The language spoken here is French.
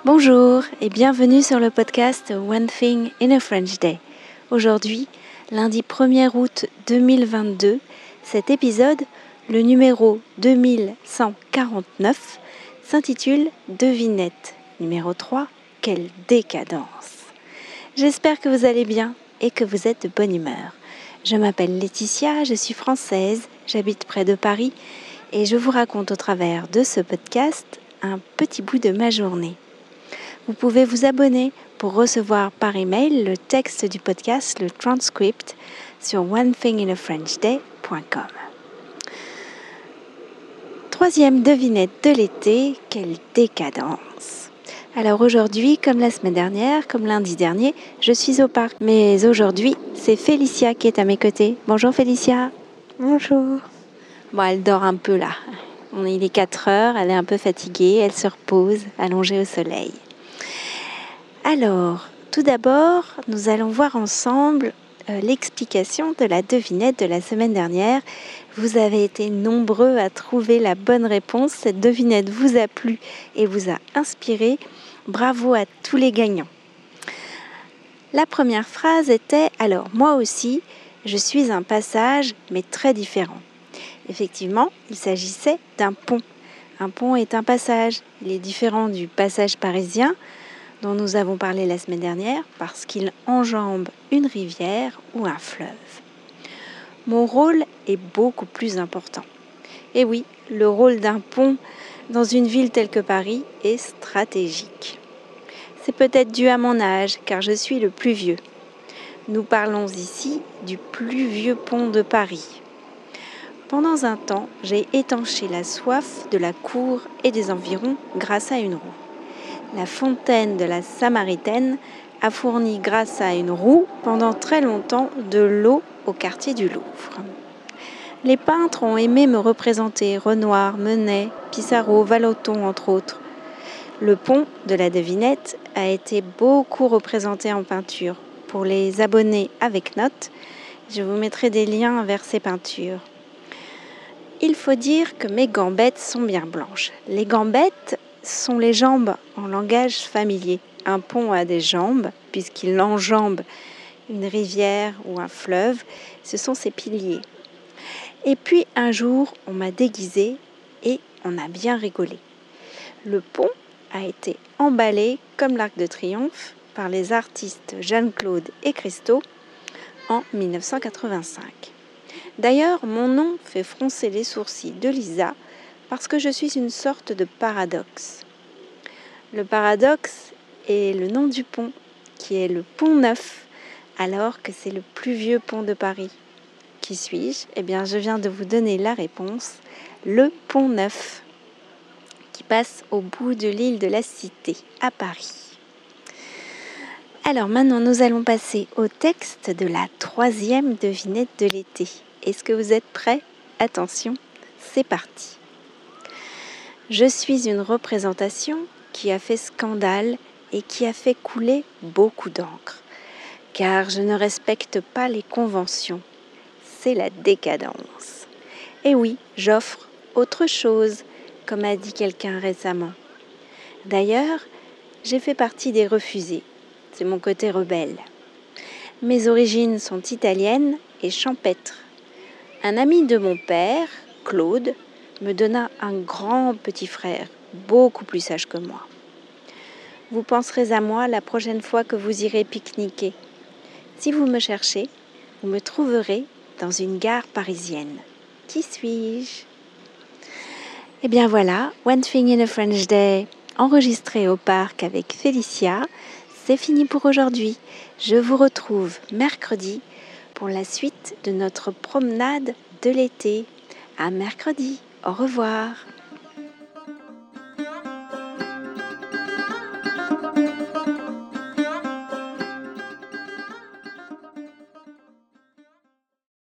Bonjour et bienvenue sur le podcast One Thing in a French Day. Aujourd'hui, lundi 1er août 2022, cet épisode, le numéro 2149, s'intitule Devinette. Numéro 3, quelle décadence. J'espère que vous allez bien et que vous êtes de bonne humeur. Je m'appelle Laetitia, je suis française, j'habite près de Paris et je vous raconte au travers de ce podcast un petit bout de ma journée. Vous pouvez vous abonner pour recevoir par email le texte du podcast, le transcript, sur onethinginafrenchday.com. Troisième devinette de l'été, quelle décadence! Alors aujourd'hui, comme la semaine dernière, comme lundi dernier, je suis au parc. Mais aujourd'hui, c'est Félicia qui est à mes côtés. Bonjour Félicia. Bonjour. Bon, elle dort un peu là. Il est 4 heures, elle est un peu fatiguée, elle se repose, allongée au soleil. Alors, tout d'abord, nous allons voir ensemble l'explication de la devinette de la semaine dernière. Vous avez été nombreux à trouver la bonne réponse. Cette devinette vous a plu et vous a inspiré. Bravo à tous les gagnants. La première phrase était « Alors, moi aussi, je suis un passage, mais très différent ». Effectivement, il s'agissait d'un pont. Un pont est un passage. Il est différent du passage parisien, dont nous avons parlé la semaine dernière, parce qu'il enjambe une rivière ou un fleuve. Mon rôle est beaucoup plus important. Et oui, le rôle d'un pont dans une ville telle que Paris est stratégique. C'est peut-être dû à mon âge, car je suis le plus vieux. Nous parlons ici du plus vieux pont de Paris. Pendant un temps, j'ai étanché la soif de la cour et des environs grâce à une roue. La fontaine de la Samaritaine a fourni grâce à une roue pendant très longtemps de l'eau au quartier du Louvre. Les peintres ont aimé me représenter, Renoir, Monet, Pissarro, Vallotton entre autres. Le pont de la devinette a été beaucoup représenté en peinture. Pour les abonnés avec notes, je vous mettrai des liens vers ces peintures. Il faut dire que mes gambettes sont bien blanches. Les gambettes sont les jambes en langage familier. Un pont a des jambes, puisqu'il enjambe une rivière ou un fleuve. Ce sont ses piliers. Et puis un jour, on m'a déguisée et on a bien rigolé. Le pont a été emballé comme l'Arc de Triomphe par les artistes Jeanne-Claude et Christo en 1985. D'ailleurs, mon nom fait froncer les sourcils de Lisa parce que je suis une sorte de paradoxe. Le paradoxe est le nom du pont, qui est le Pont Neuf, alors que c'est le plus vieux pont de Paris. Qui suis-je ? Eh bien, je viens de vous donner la réponse, le Pont Neuf, qui passe au bout de l'île de la Cité, à Paris. Alors maintenant, nous allons passer au texte de la troisième devinette de l'été. Est-ce que vous êtes prêts ? Attention, c'est parti. Je suis une représentation qui a fait scandale et qui a fait couler beaucoup d'encre, car je ne respecte pas les conventions. C'est la décadence. Et oui, j'offre autre chose, comme a dit quelqu'un récemment. D'ailleurs, j'ai fait partie des refusés. C'est mon côté rebelle. Mes origines sont italiennes et champêtres. Un ami de mon père, Claude, me donna un grand petit frère, beaucoup plus sage que moi. Vous penserez à moi la prochaine fois que vous irez pique-niquer. Si vous me cherchez, vous me trouverez dans une gare parisienne. Qui suis-je ? Eh bien voilà, One Thing in a French Day, enregistré au parc avec Félicia. C'est fini pour aujourd'hui. Je vous retrouve mercredi pour la suite de notre promenade de l'été. À mercredi. Au revoir.